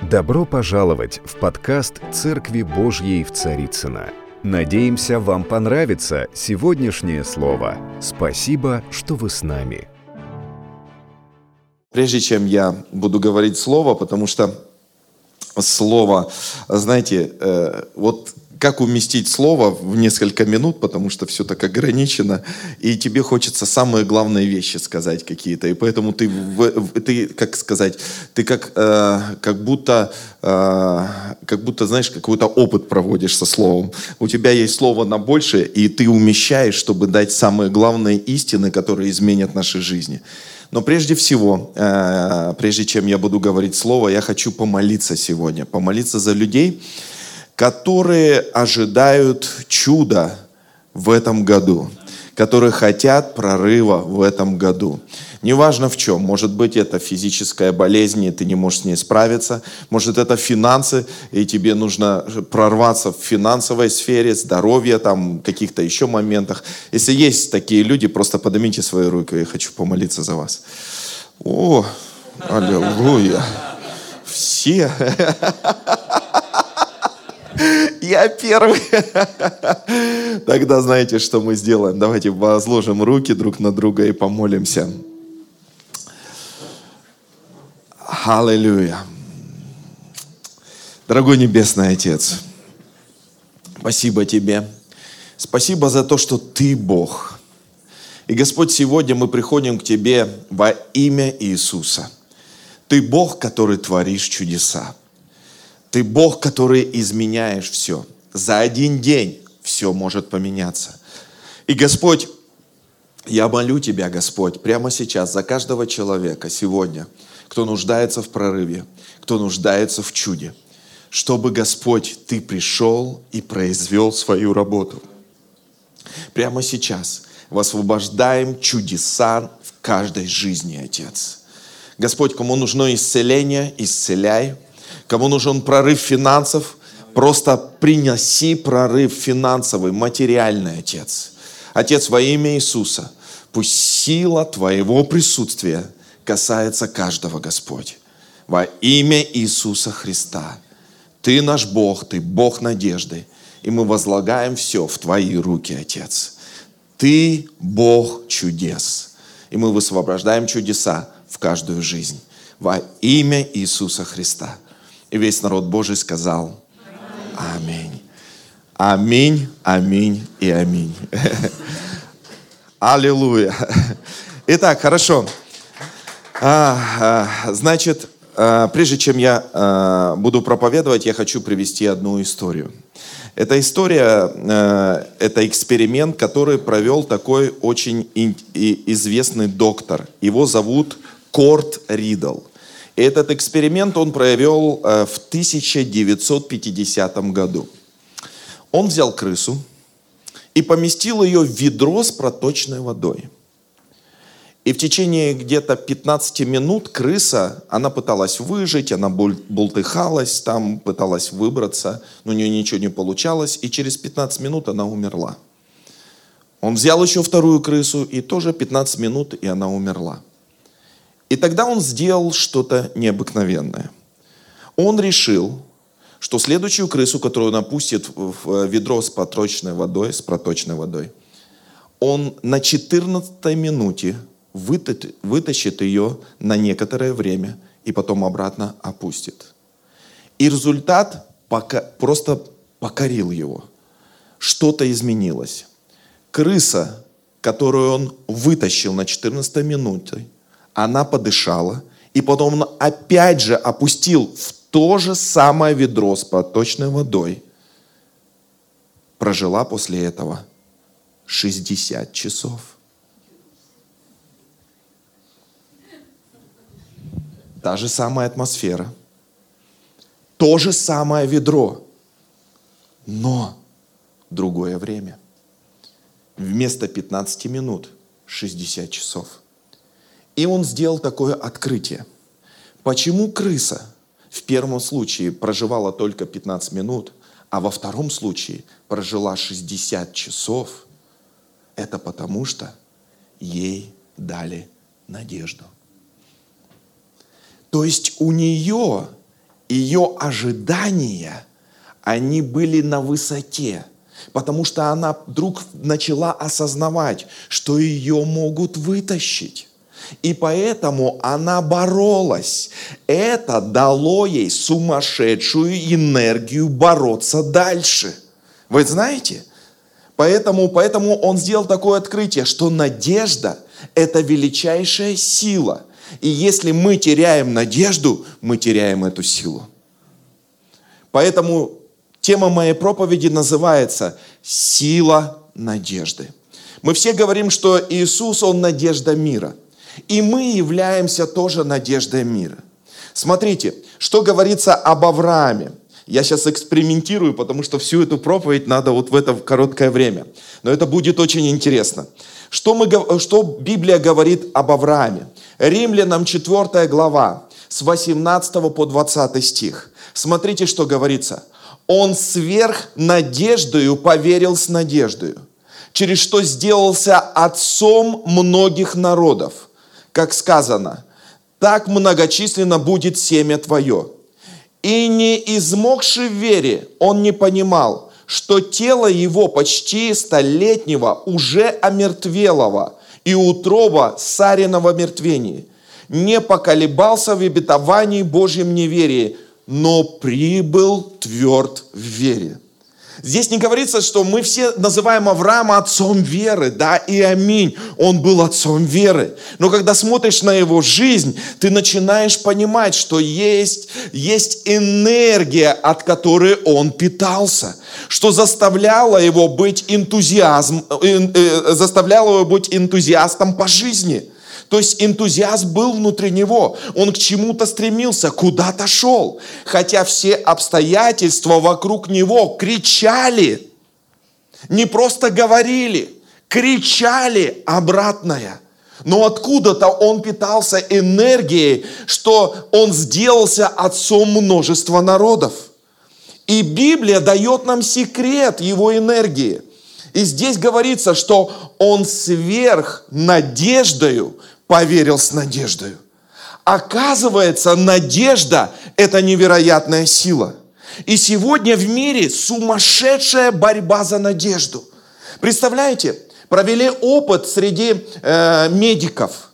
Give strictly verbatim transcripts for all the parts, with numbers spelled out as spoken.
Добро пожаловать в подкаст Церкви Божьей в Царицыно. Надеемся, вам понравится сегодняшнее слово. Спасибо, что вы с нами. Прежде чем я буду говорить слово, потому что слово, знаете, э, вот как уместить слово в несколько минут, потому что все так ограничено, и тебе хочется самые главные вещи сказать какие-то, и поэтому ты, ты как сказать, ты как, э, как будто, э, как будто, знаешь, какой-то опыт проводишь со словом. У тебя есть слово на больше, и ты умещаешь, чтобы дать самые главные истины, которые изменят наши жизни. Но прежде всего, э, прежде чем я буду говорить слово, я хочу помолиться сегодня, помолиться за людей, которые ожидают чуда в этом году, которые хотят прорыва в этом году. Неважно в чем. Может быть, это физическая болезнь, и ты не можешь с ней справиться. Может, это финансы, и тебе нужно прорваться в финансовой сфере, здоровье, там, каких-то еще моментах. Если есть такие люди, просто поднимите свою руку, я хочу помолиться за вас. О, аллилуйя. Все. Я первый. Тогда знаете, что мы сделаем? Давайте возложим руки друг на друга и помолимся. Аллилуйя. Дорогой Небесный Отец, спасибо Тебе. Спасибо за то, что Ты Бог. И, Господь, сегодня мы приходим к Тебе во имя Иисуса. Ты Бог, который творишь чудеса. Ты Бог, который изменяешь все. За один день все может поменяться. И, Господь, я молю Тебя, Господь, прямо сейчас за каждого человека сегодня, кто нуждается в прорыве, кто нуждается в чуде, чтобы, Господь, Ты пришел и произвел свою работу. Прямо сейчас высвобождаем чудеса в каждой жизни, Отец. Господь, кому нужно исцеление, исцеляй. Кому нужен прорыв финансов, просто приноси прорыв финансовый, материальный, Отец. Отец, во имя Иисуса, пусть сила Твоего присутствия касается каждого, Господь. Во имя Иисуса Христа. Ты наш Бог, Ты Бог надежды, и мы возлагаем все в Твои руки, Отец. Ты Бог чудес, и мы высвобождаем чудеса в каждую жизнь. Во имя Иисуса Христа. И весь народ Божий сказал аминь. Аминь, аминь и аминь. Аллилуйя. Итак, хорошо. Значит, прежде чем я буду проповедовать, я хочу привести одну историю. Эта история, это эксперимент, который провел такой очень известный доктор. Его зовут Корт Ридл. И этот эксперимент он провел в тысяча девятьсот пятидесятом году. Он взял крысу и поместил ее в ведро с проточной водой. И в течение где-то пятнадцати минут крыса, она пыталась выжить, она бултыхалась, там пыталась выбраться, но у нее ничего не получалось, и через пятнадцать минут она умерла. Он взял еще вторую крысу, и тоже пятнадцать минут, и она умерла. И тогда он сделал что-то необыкновенное. Он решил, что следующую крысу, которую он опустит в ведро с проточной водой, с проточной водой, он на четырнадцатой минуте вытащит ее на некоторое время и потом обратно опустит. И результат пока, просто покорил его. Что-то изменилось. Крыса, которую он вытащил на четырнадцатой минуте, она подышала, и потом он опять же опустил в то же самое ведро с проточной водой. Прожила после этого шестьдесят часов. Та же самая атмосфера, то же самое ведро, но другое время. Вместо пятнадцати минут шестьдесят часов. И он сделал такое открытие. Почему крыса в первом случае проживала только пятнадцать минут, а во втором случае прожила шестьдесят часов? Это потому что ей дали надежду. То есть у нее ее ожидания, они были на высоте, потому что она вдруг начала осознавать, что ее могут вытащить. И поэтому она боролась. Это дало ей сумасшедшую энергию бороться дальше. Вы знаете? Поэтому, поэтому он сделал такое открытие, что надежда – это величайшая сила. И если мы теряем надежду, мы теряем эту силу. Поэтому тема моей проповеди называется «Сила надежды». Мы все говорим, что Иисус, Он надежда мира. И мы являемся тоже надеждой мира. Смотрите, что говорится об Аврааме. Я сейчас экспериментирую, потому что всю эту проповедь надо вот в это короткое время. Но это будет очень интересно. Что, мы, что Библия говорит об Аврааме? Римлянам четвёртая глава, с восемнадцатого по двадцатый стих. Смотрите, что говорится. «Он сверх надеждою поверил с надеждою, через что сделался отцом многих народов. Как сказано, так многочисленно будет семя твое. И не измогши в вере, он не понимал, что тело его почти столетнего уже омертвелого, и утроба сарина в омертвении. Не поколебался в обетовании Божьем неверии, но прибыл тверд в вере». Здесь не говорится, что мы все называем Авраама отцом веры, да, и аминь, он был отцом веры. Но когда смотришь на его жизнь, ты начинаешь понимать, что есть, есть энергия, от которой он питался, что заставляло его быть энтузиазм, э, э, заставляло его быть энтузиастом по жизни. То есть энтузиазм был внутри него, он к чему-то стремился, куда-то шел. Хотя все обстоятельства вокруг него кричали, не просто говорили, кричали обратное. Но откуда-то он питался энергией, что он сделался отцом множества народов. И Библия дает нам секрет его энергии. И здесь говорится, что он сверх надеждою поверил с надеждою. Оказывается, надежда – это невероятная сила. И сегодня в мире сумасшедшая борьба за надежду. Представляете, провели опыт среди э, медиков.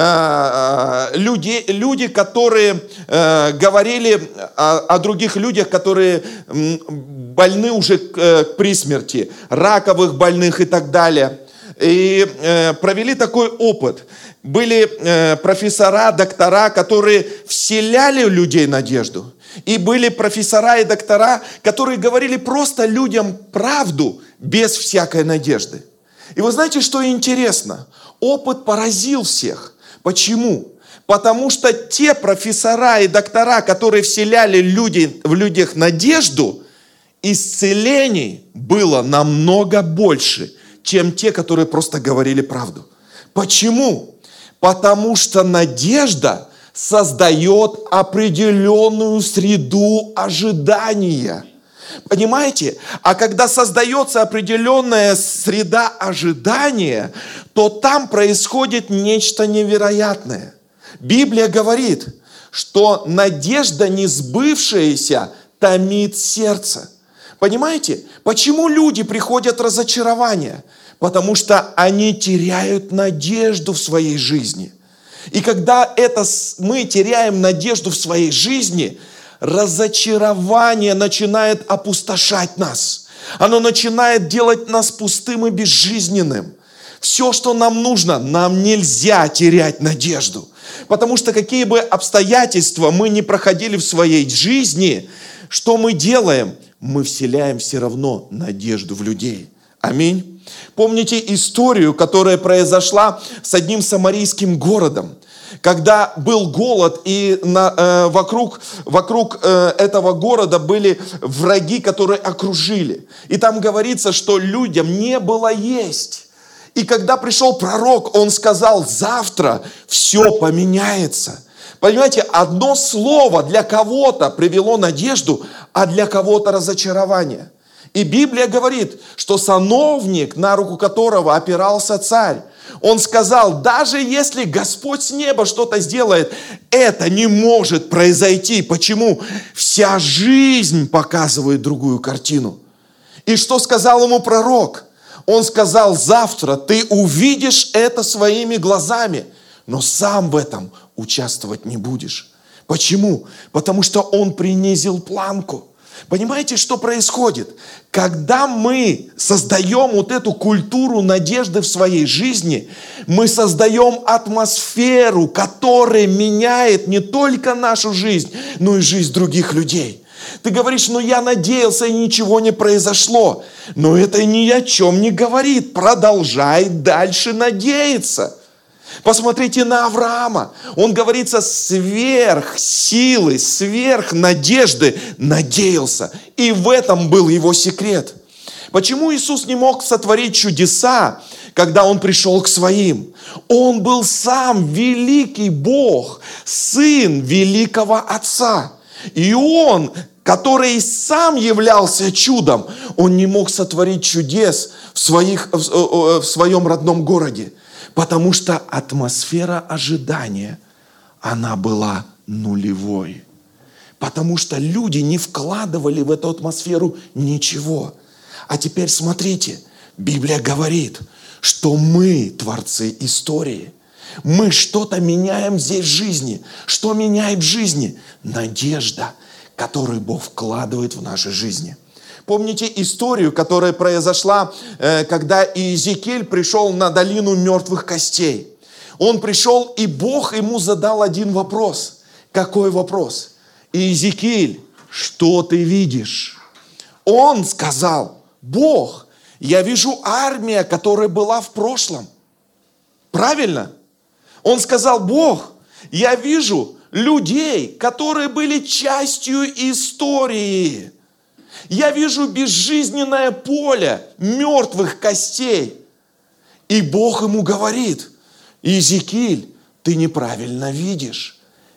Э, люди, люди, которые э, говорили о, о других людях, которые э, больны уже э, при смерти, раковых больных и так далее. И э, провели такой опыт. Были э, профессора, доктора, которые вселяли в людей надежду. И были профессора и доктора, которые говорили просто людям правду без всякой надежды. И вы знаете, что интересно? Опыт поразил всех. Почему? Потому что те профессора и доктора, которые вселяли люди, в людях надежду, исцелений было намного больше, чем те, которые просто говорили правду. Почему? Потому что надежда создает определенную среду ожидания. Понимаете? А когда создается определенная среда ожидания, то там происходит нечто невероятное. Библия говорит, что надежда не сбывшаяся томит сердце. Понимаете? Почему люди приходят в разочарование? Потому что они теряют надежду в своей жизни. И когда это мы теряем надежду в своей жизни, разочарование начинает опустошать нас. Оно начинает делать нас пустым и безжизненным. Все, что нам нужно, нам нельзя терять надежду. Потому что какие бы обстоятельства мы ни проходили в своей жизни, что мы делаем? Мы вселяем все равно надежду в людей. Аминь. Помните историю, которая произошла с одним самарийским городом, когда был голод, и на, э, вокруг, вокруг э, этого города были враги, которые окружили. И там говорится, что людям не было есть. И когда пришел пророк, он сказал, завтра все поменяется. Понимаете, одно слово для кого-то привело надежду, а для кого-то разочарование. И Библия говорит, что сановник, на руку которого опирался царь, Он сказал, даже если Господь с неба что-то сделает, это не может произойти. Почему? Вся жизнь показывает другую картину. И что сказал ему пророк? Он сказал, завтра ты увидишь это своими глазами, но сам в этом участвовать не будешь. Почему? Потому что он принизил планку. Понимаете, что происходит? Когда мы создаем вот эту культуру надежды в своей жизни, мы создаем атмосферу, которая меняет не только нашу жизнь, но и жизнь других людей. Ты говоришь, ну я надеялся, и ничего не произошло. Но это ни о чем не говорит. Продолжай дальше надеяться. Посмотрите на Авраама. Он, говорится, сверх силы, сверх надежды надеялся. И в этом был его секрет. Почему Иисус не мог сотворить чудеса, когда Он пришел к Своим? Он был сам великий Бог, Сын великого Отца. И Он, который сам являлся чудом, Он не мог сотворить чудес в, своих, в, в своем родном городе. Потому что атмосфера ожидания, она была нулевой. Потому что люди не вкладывали в эту атмосферу ничего. А теперь смотрите, Библия говорит, что мы творцы истории. Мы что-то меняем здесь в жизни. Что меняет в жизни? Надежда, которую Бог вкладывает в наши жизни. Помните историю, которая произошла, когда Иезекииль пришел на долину мертвых костей? Он пришел, и Бог ему задал один вопрос. Какой вопрос? Иезекииль, что ты видишь? Он сказал, Бог, я вижу армию, которая была в прошлом. Правильно? Он сказал, Бог, я вижу людей, которые были частью истории. Я вижу безжизненное поле мертвых костей. И Бог ему говорит, Иезекииль, ты неправильно видишь.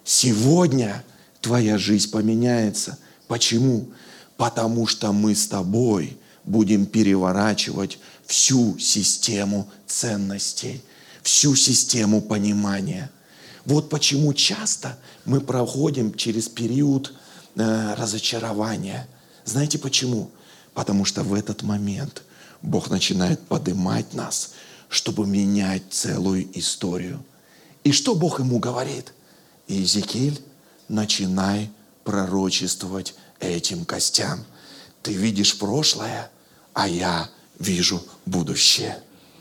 Сегодня твоя жизнь поменяется. Почему? Потому что мы с тобой будем переворачивать всю систему ценностей, всю систему понимания. Вот почему часто мы проходим через период э, разочарования. Знаете почему? Потому что в этот момент Бог начинает поднимать нас, чтобы менять целую историю. И что Бог ему говорит? Иезекииль, начинай пророчествовать этим костям. Ты видишь прошлое, а я вижу будущее.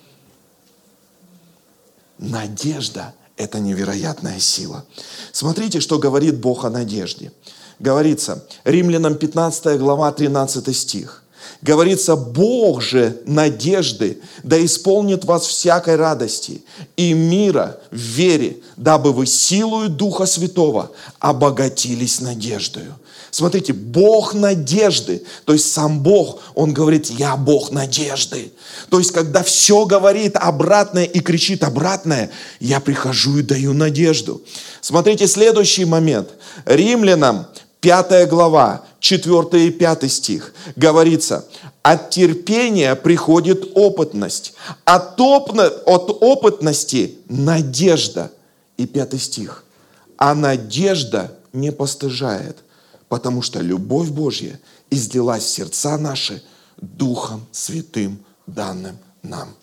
Надежда – это невероятная сила. Смотрите, что говорит Бог о надежде. Говорится, Римлянам пятнадцатая глава, тринадцатый стих. Говорится, Бог же надежды да исполнит вас всякой радости и мира в вере, дабы вы силою Духа Святого обогатились надеждою. Смотрите, Бог надежды, то есть сам Бог, Он говорит, я Бог надежды. То есть, когда все говорит обратное и кричит обратное, я прихожу и даю надежду. Смотрите, следующий момент. Римлянам пятая глава, четвёртый и пятый стих. Говорится, от терпения приходит опытность, от, опна, от опытности надежда. И пятый стих. А надежда не постыжает, потому что любовь Божья излилась в сердца наши Духом Святым, данным нам.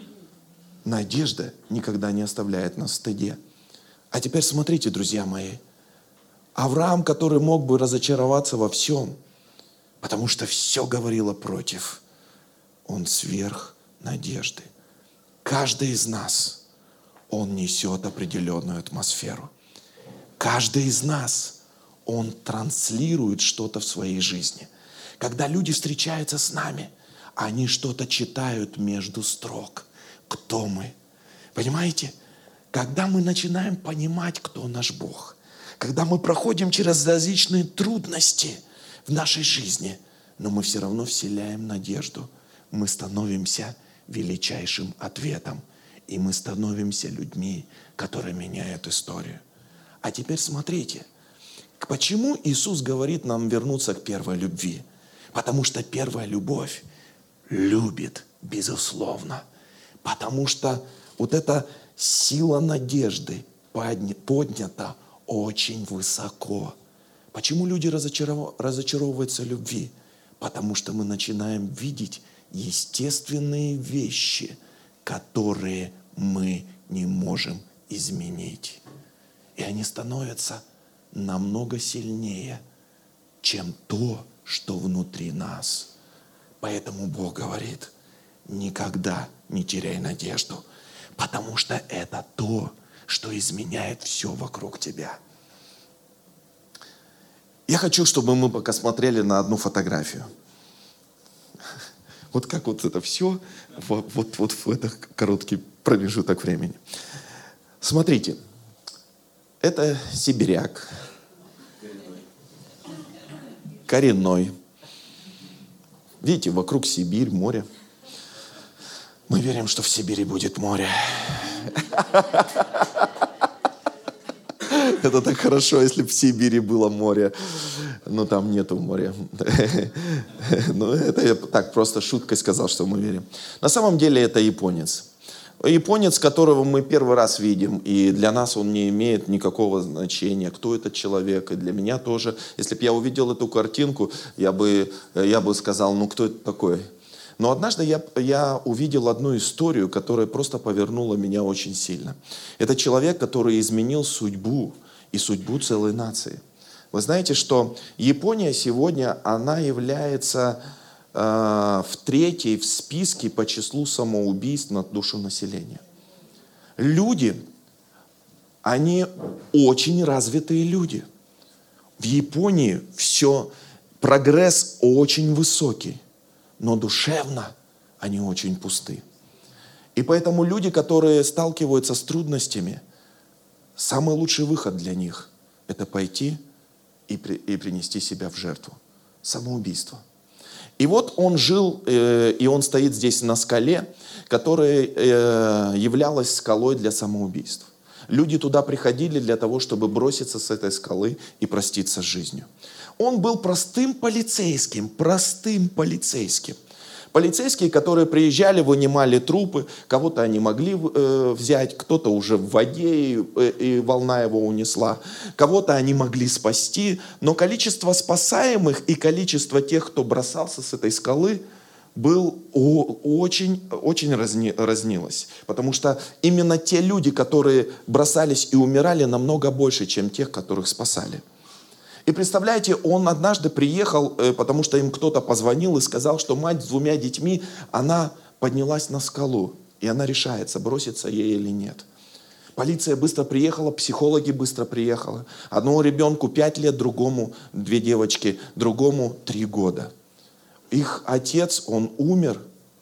Надежда никогда не оставляет нас в стыде. А теперь смотрите, друзья мои. Авраам, который мог бы разочароваться во всем, потому что все говорило против, он сверх надежды. Каждый из нас, он несет определенную атмосферу. Каждый из нас, он транслирует что-то в своей жизни. Когда люди встречаются с нами, они что-то читают между строк. Кто мы? Понимаете? Когда мы начинаем понимать, кто наш Бог, когда мы проходим через различные трудности в нашей жизни, но мы все равно вселяем надежду, мы становимся величайшим ответом, и мы становимся людьми, которые меняют историю. А теперь смотрите, почему Иисус говорит нам вернуться к первой любви? Потому что первая любовь любит, безусловно. Потому что Вот эта сила надежды подня- поднята очень высоко. Почему люди разочаров- разочаровываются в любви? Потому что мы начинаем видеть естественные вещи, которые мы не можем изменить. И они становятся намного сильнее, чем то, что внутри нас. Поэтому Бог говорит, никогда не теряй надежду, потому что это то, что изменяет все вокруг тебя. Я хочу, чтобы мы пока смотрели на одну фотографию. Вот как вот это все, вот, вот, вот в этот короткий промежуток времени. Смотрите, это сибиряк, коренной. Видите, вокруг Сибирь, море. Мы верим, что в Сибири будет море. Это так хорошо, если бы в Сибири было море. Но там нету моря. Ну, это я так просто шуткой сказал, что мы верим. На самом деле это японец. Японец, которого мы первый раз видим, и для нас он не имеет никакого значения, кто этот человек, и для меня тоже. Если бы я увидел эту картинку, я бы, я бы сказал, ну кто это такой? Но однажды я, я увидел одну историю, которая просто повернула меня очень сильно. Это человек, который изменил судьбу и судьбу целой нации. Вы знаете, что Япония сегодня, она является э, в третьей в списке по числу самоубийств на душу населения. Люди, они очень развитые люди. В Японии все, прогресс очень высокий, но душевно они очень пусты. И поэтому люди, которые сталкиваются с трудностями, самый лучший выход для них – это пойти и, при, и принести себя в жертву. Самоубийство. И вот он жил, э, и он стоит здесь на скале, которая э, являлась скалой для самоубийств. Люди туда приходили для того, чтобы броситься с этой скалы и проститься с жизнью. Он был простым полицейским, простым полицейским. Полицейские, которые приезжали, вынимали трупы, кого-то они могли э, взять, кто-то уже в воде, и, и волна его унесла, кого-то они могли спасти, но количество спасаемых и количество тех, кто бросался с этой скалы, был очень, очень разни, разнилось. Потому что именно те люди, которые бросались и умирали, намного больше, чем тех, которых спасали. И представляете, он однажды приехал, потому что им кто-то позвонил и сказал, что мать с двумя детьми, она поднялась на скалу, и она решается, броситься ей или нет. Полиция быстро приехала, психологи быстро приехали. Одному ребенку пять лет, другому две девочки, другому три года. Их отец, он умер,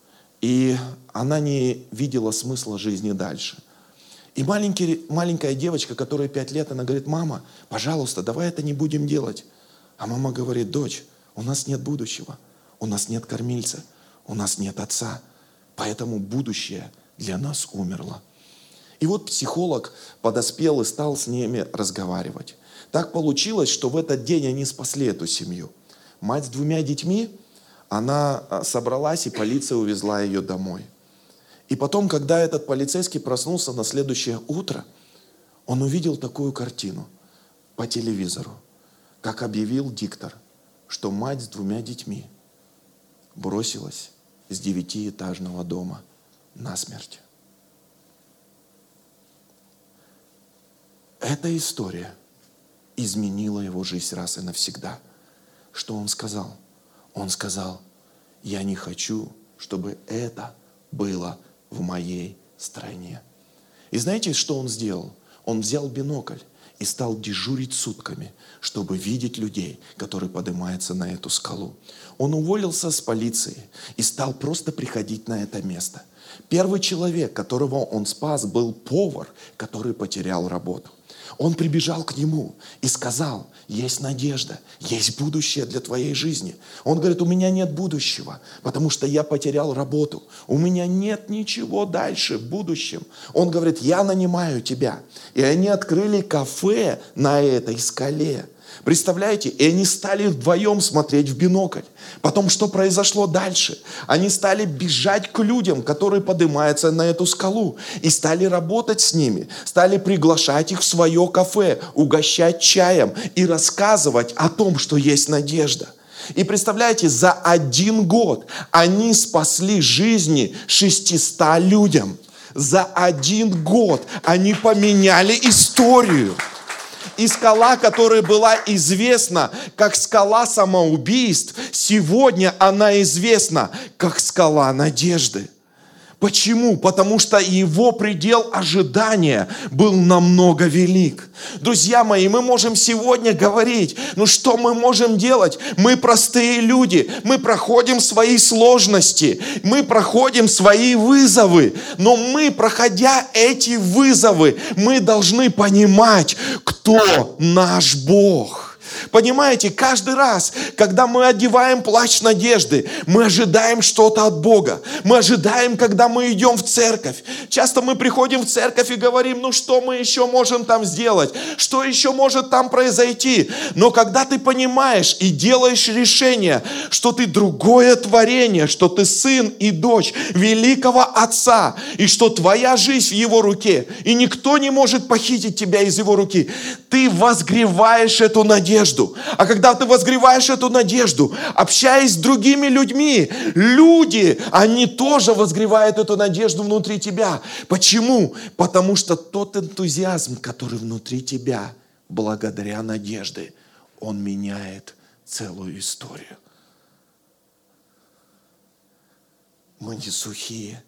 и она не видела смысла жизни дальше. И маленький, маленькая девочка, которой пять лет, она говорит, мама, пожалуйста, давай это не будем делать. А мама говорит, дочь, у нас нет будущего, у нас нет кормильца, у нас нет отца, поэтому будущее для нас умерло. И вот психолог подоспел и стал с ними разговаривать. Так получилось, что в этот день они спасли эту семью. Мать с двумя детьми, она собралась, и полиция увезла ее домой. И потом, когда этот полицейский проснулся на следующее утро, он увидел такую картину по телевизору, как объявил диктор, что мать с двумя детьми бросилась с девятиэтажного дома насмерть. Эта история изменила его жизнь раз и навсегда. Что он сказал? Он сказал, я не хочу, чтобы это было в моей стране. И знаете, что он сделал? Он взял бинокль и стал дежурить сутками, чтобы видеть людей, которые поднимаются на эту скалу. Он уволился с полиции и стал просто приходить на это место. Первый человек, которого он спас, был повар, который потерял работу. Он прибежал к нему и сказал, есть надежда, есть будущее для твоей жизни. Он говорит, у меня нет будущего, потому что я потерял работу. У меня нет ничего дальше в будущем. Он говорит, я нанимаю тебя. И они открыли кафе на этой скале. Представляете? И они стали вдвоем смотреть в бинокль. Потом что произошло дальше? Они стали бежать к людям, которые поднимаются на эту скалу. И стали работать с ними. Стали приглашать их в свое кафе, угощать чаем и рассказывать о том, что есть надежда. И представляете, за один год они спасли жизни шестистам людям. За один год они поменяли историю. И скала, которая была известна как скала самоубийств, сегодня она известна как скала надежды. Почему? Потому что его предел ожидания был намного велик. Друзья мои, мы можем сегодня говорить, ну что мы можем делать? Мы простые люди, мы проходим свои сложности, мы проходим свои вызовы, но мы, проходя эти вызовы, мы должны понимать, кто наш Бог. Понимаете, каждый раз, когда мы одеваем плащ надежды, мы ожидаем что-то от Бога. Мы ожидаем, когда мы идем в церковь. Часто мы приходим в церковь и говорим, ну что мы еще можем там сделать? Что еще может там произойти? Но когда ты понимаешь и делаешь решение, что ты другое творение, что ты сын и дочь великого Отца, и что твоя жизнь в Его руке, и никто не может похитить тебя из Его руки, ты возгреваешь эту надежду. А когда ты возгреваешь эту надежду, общаясь с другими людьми, люди, они тоже возгревают эту надежду внутри тебя. Почему? Потому что тот энтузиазм, который внутри тебя, благодаря надежде, он меняет целую историю. Мы не сухие,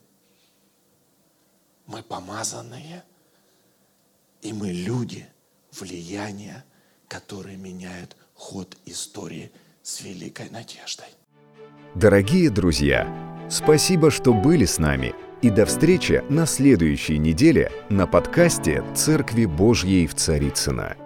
мы помазанные, и мы люди влияния, которые меняют ход истории с великой надеждой. Дорогие друзья, спасибо, что были с нами. И до встречи на следующей неделе на подкасте «Церкви Божьей в Царицыно».